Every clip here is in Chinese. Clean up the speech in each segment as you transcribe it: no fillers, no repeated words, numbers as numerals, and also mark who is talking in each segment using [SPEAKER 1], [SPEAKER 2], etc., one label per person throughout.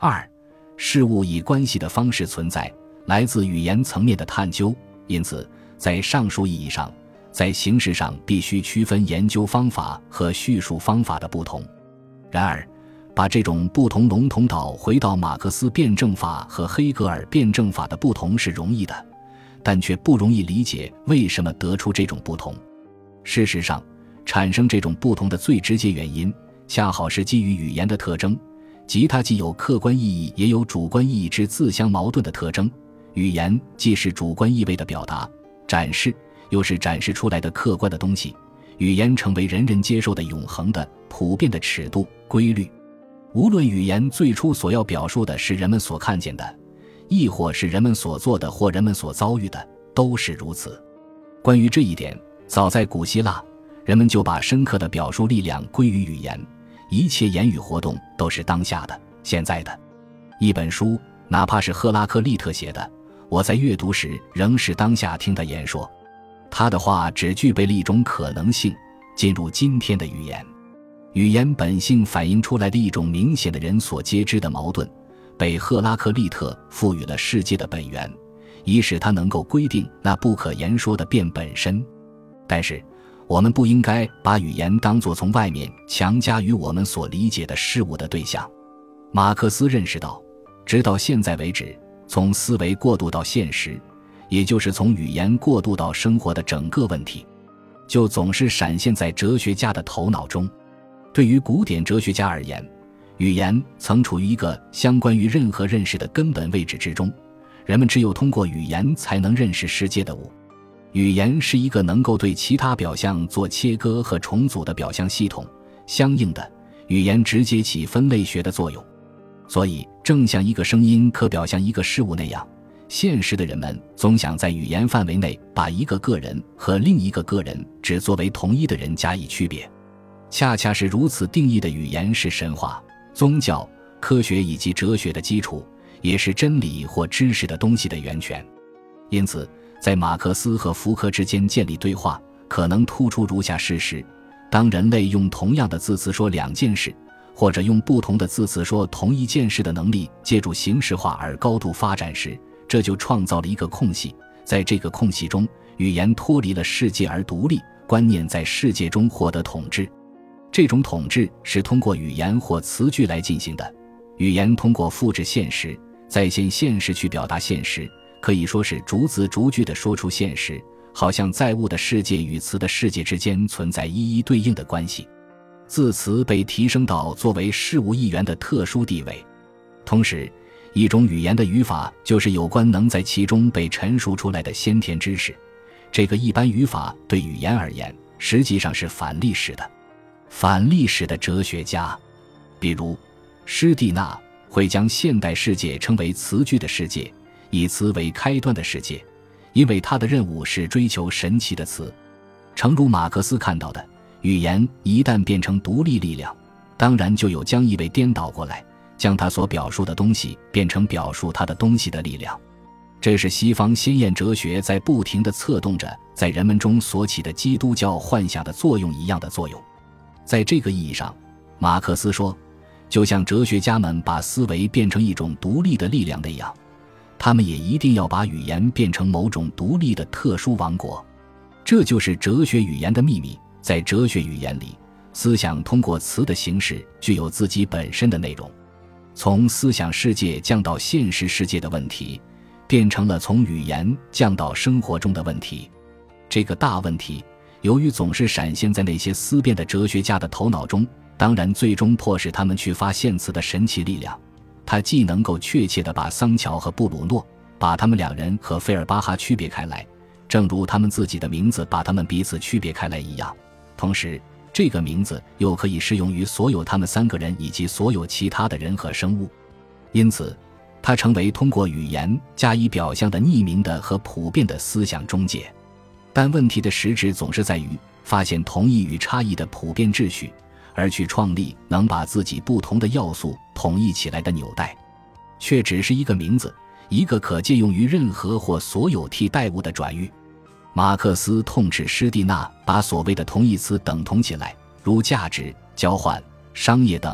[SPEAKER 1] 二、事物以关系的方式存在，来自语言层面的探究，因此在上述意义上，在形式上必须区分研究方法和叙述方法的不同。然而，把这种不同笼统导回到马克思辩证法和黑格尔辩证法的不同是容易的，但却不容易理解为什么得出这种不同。事实上，产生这种不同的最直接原因，恰好是基于语言的特征，即它既有客观意义也有主观意义之自相矛盾的特征。语言既是主观意味的表达、展示，又是展示出来的客观的东西。语言成为人人接受的永恒的、普遍的尺度、规律。无论语言最初所要表述的是人们所看见的，亦或是人们所做的或人们所遭遇的，都是如此。关于这一点，早在古希腊，人们就把深刻的表述力量归于语言，一切言语活动都是当下的、现在的。一本书，哪怕是赫拉克利特写的，我在阅读时仍是当下听他言说，他的话只具备了一种可能性，进入今天的语言。语言本性反映出来的一种明显的人所皆知的矛盾，被赫拉克利特赋予了世界的本源，以使它能够规定那不可言说的变本身。但是我们不应该把语言当作从外面强加于我们所理解的事物的对象。马克思认识到，直到现在为止，从思维过渡到现实，也就是从语言过渡到生活的整个问题，就总是闪现在哲学家的头脑中。对于古典哲学家而言，语言曾处于一个相关于任何认识的根本位置之中，人们只有通过语言才能认识世界的物。语言是一个能够对其他表象做切割和重组的表象系统，相应的，语言直接起分类学的作用。所以，正像一个声音可表象一个事物那样，现实的人们总想在语言范围内把一个个人和另一个个人只作为同一的人加以区别。恰恰是如此定义的语言是神话、宗教、科学以及哲学的基础，也是真理或知识的东西的源泉。因此，在马克思和福柯之间建立对话，可能突出如下事实：当人类用同样的字词说两件事，或者用不同的字词说同一件事的能力借助形式化而高度发展时，这就创造了一个空隙。在这个空隙中，语言脱离了世界而独立，观念在世界中获得统治。这种统治是通过语言或词句来进行的。语言通过复制现实、再现现实去表达现实，可以说是逐字逐句地说出现实，好像在物的世界与词的世界之间存在一一对应的关系。字词被提升到作为事物一员的特殊地位。同时，一种语言的语法就是有关能在其中被陈述出来的先天知识。这个一般语法对语言而言，实际上是反历史的。反历史的哲学家，比如施蒂纳，会将现代世界称为词句的世界，以词为开端的世界，因为他的任务是追求神奇的词。诚如马克思看到的，语言一旦变成独立力量，当然就有将意味颠倒过来，将他所表述的东西变成表述他的东西的力量。这是西方先验哲学在不停地策动着在人们中所起的基督教幻想的作用一样的作用。在这个意义上，马克思说，就像哲学家们把思维变成一种独立的力量那样，他们也一定要把语言变成某种独立的特殊王国。这就是哲学语言的秘密。在哲学语言里，思想通过词的形式具有自己本身的内容。从思想世界降到现实世界的问题，变成了从语言降到生活中的问题。这个大问题由于总是闪现在那些思辨的哲学家的头脑中，当然最终迫使他们去发现词的神奇力量。它既能够确切地把桑乔和布鲁诺，把他们两人和费尔巴哈区别开来，正如他们自己的名字把他们彼此区别开来一样，同时这个名字又可以适用于所有他们三个人以及所有其他的人和生物。因此它成为通过语言加以表象的匿名的和普遍的思想中介。但问题的实质总是在于发现同异与差异的普遍秩序，而去创立能把自己不同的要素统一起来的纽带，却只是一个名字，一个可借用于任何或所有替代物的转喻。马克思痛斥施蒂纳把所谓的同义词等同起来，如价值、交换、商业等，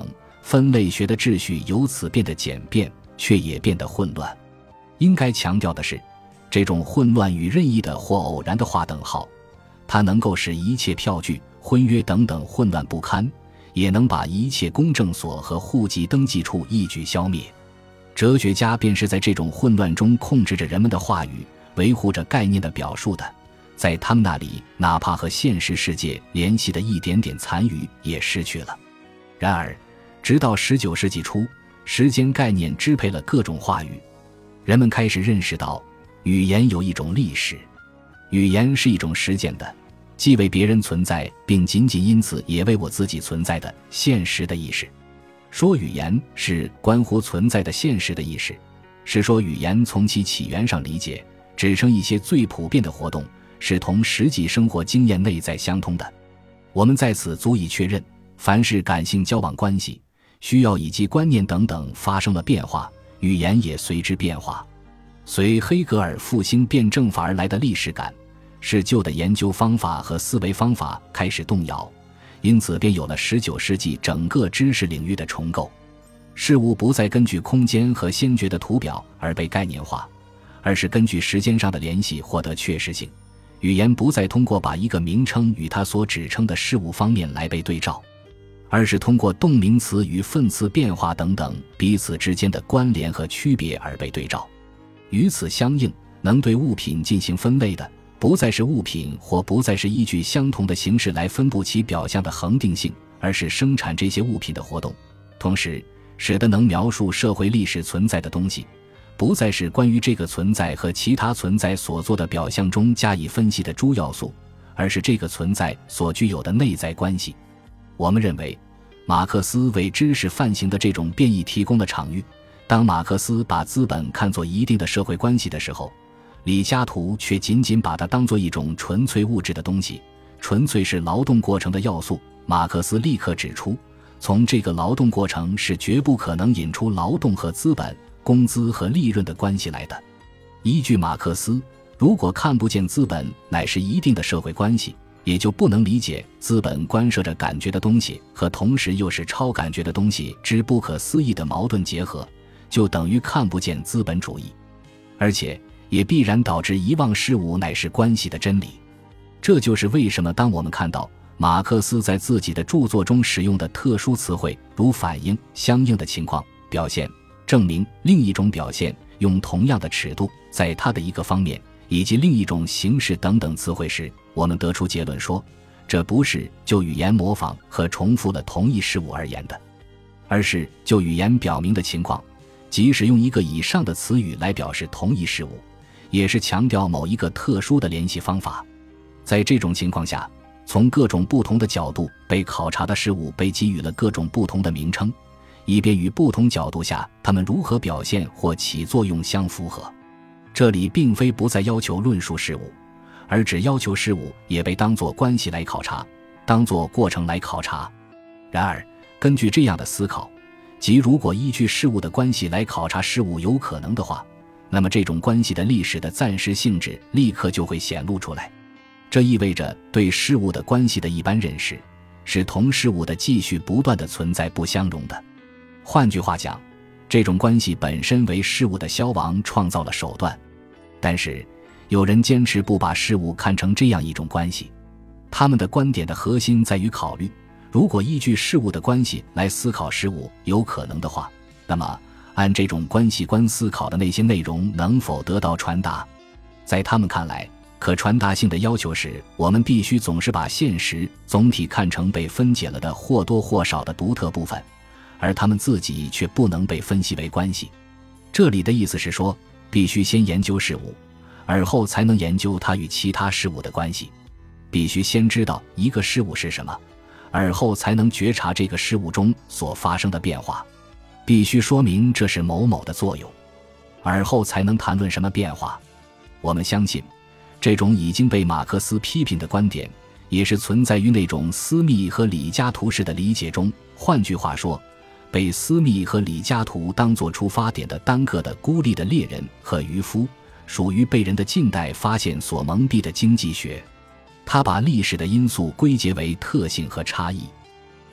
[SPEAKER 1] 分类学的秩序由此变得简便，却也变得混乱。应该强调的是，这种混乱与任意的或偶然的划等号，它能够使一切票据、婚约等等混乱不堪，也能把一切公证所和户籍登记处一举消灭。哲学家便是在这种混乱中控制着人们的话语，维护着概念的表述的，在他们那里，哪怕和现实世界联系的一点点残余也失去了。然而，直到19世纪初，时间概念支配了各种话语，人们开始认识到，语言有一种历史，语言是一种实践的，既为别人存在，并仅仅因此也为我自己存在的现实的意识。说语言是关乎存在的现实的意识，是说语言从其起源上理解，指称一些最普遍的活动，是同实际生活经验内在相通的。我们在此足以确认，凡是感性交往关系、需要以及观念等等发生了变化，语言也随之变化。随黑格尔复兴辩证法而来的历史感，使旧的研究方法和思维方法开始动摇，因此便有了19世纪整个知识领域的重构。事物不再根据空间和先决的图表而被概念化，而是根据时间上的联系获得确实性。语言不再通过把一个名称与它所指称的事物方面来被对照，而是通过动名词与分词变化等等彼此之间的关联和区别而被对照。与此相应，能对物品进行分类的，不再是物品，或不再是依据相同的形式来分布其表象的恒定性，而是生产这些物品的活动。同时，使得能描述社会历史存在的东西，不再是关于这个存在和其他存在所做的表象中加以分析的诸要素，而是这个存在所具有的内在关系。我们认为，马克思为知识范型的这种变异提供了场域。当马克思把资本看作一定的社会关系的时候，李嘉图却仅仅把它当作一种纯粹物质的东西，纯粹是劳动过程的要素。马克思立刻指出，从这个劳动过程是绝不可能引出劳动和资本、工资和利润的关系来的。依据马克思，如果看不见资本乃是一定的社会关系，也就不能理解资本关涉着感觉的东西和同时又是超感觉的东西之不可思议的矛盾结合，就等于看不见资本主义，而且也必然导致遗忘事物乃是关系的真理。这就是为什么当我们看到马克思在自己的著作中使用的特殊词汇，如反应、相应的情况、表现、证明、另一种表现，用同样的尺度在他的一个方面以及另一种形式等等词汇时，我们得出结论说，这不是就语言模仿和重复了同一事物而言的，而是就语言表明的情况，即使用一个以上的词语来表示同一事物，也是强调某一个特殊的联系方法。在这种情况下，从各种不同的角度被考察的事物被给予了各种不同的名称，以便与不同角度下它们如何表现或起作用相符合。这里并非不再要求论述事物，而只要求事物也被当作关系来考察，当作过程来考察。然而，根据这样的思考，即如果依据事物的关系来考察事物有可能的话，那么这种关系的历史的暂时性质立刻就会显露出来。这意味着对事物的关系的一般认识，是同事物的继续不断的存在不相容的。换句话讲，这种关系本身为事物的消亡创造了手段。但是，有人坚持不把事物看成这样一种关系。他们的观点的核心在于考虑，如果依据事物的关系来思考事物有可能的话，那么按这种关系观思考的那些内容能否得到传达。在他们看来，可传达性的要求是，我们必须总是把现实总体看成被分解了的或多或少的独特部分，而他们自己却不能被分析为关系。这里的意思是说，必须先研究事物，而后才能研究它与其他事物的关系。必须先知道一个事物是什么，而后才能觉察这个事物中所发生的变化。必须说明这是某某的作用，而后才能谈论什么变化。我们相信，这种已经被马克思批评的观点，也是存在于那种斯密和李嘉图式的理解中。换句话说，被斯密和李嘉图当作出发点的单个的孤立的猎人和渔夫，属于被人的近代发现所蒙蔽的经济学。他把历史的因素归结为特性和差异。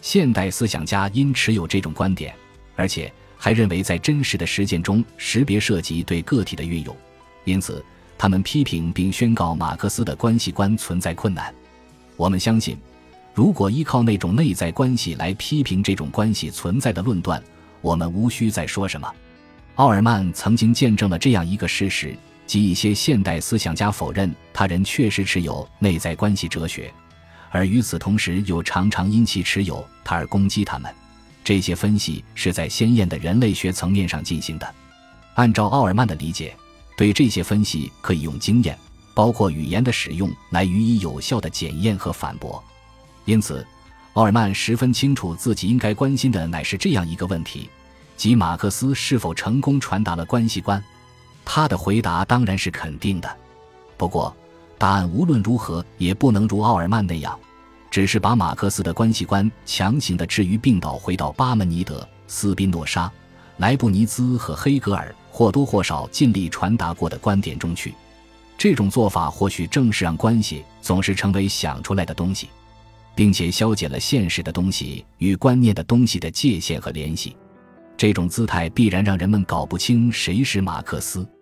[SPEAKER 1] 现代思想家因持有这种观点，而且还认为在真实的实践中识别涉及对个体的运用，因此他们批评并宣告马克思的关系观存在困难。我们相信，如果依靠那种内在关系来批评这种关系存在的论断，我们无需再说什么。奥尔曼曾经见证了这样一个事实，即一些现代思想家否认他人确实持有内在关系哲学，而与此同时又常常因其持有他而攻击他们。这些分析是在鲜艳的人类学层面上进行的。按照奥尔曼的理解，对这些分析可以用经验，包括语言的使用，来予以有效的检验和反驳。因此，奥尔曼十分清楚自己应该关心的乃是这样一个问题，即马克思是否成功传达了关系观。他的回答当然是肯定的。不过，答案无论如何也不能如奥尔曼那样，只是把马克思的关系观强行地置于病倒，回到巴门尼德、斯宾诺莎、莱布尼兹和黑格尔或多或少尽力传达过的观点中去。这种做法或许正是让关系总是成为想出来的东西，并且消解了现实的东西与观念的东西的界限和联系。这种姿态必然让人们搞不清谁是马克思。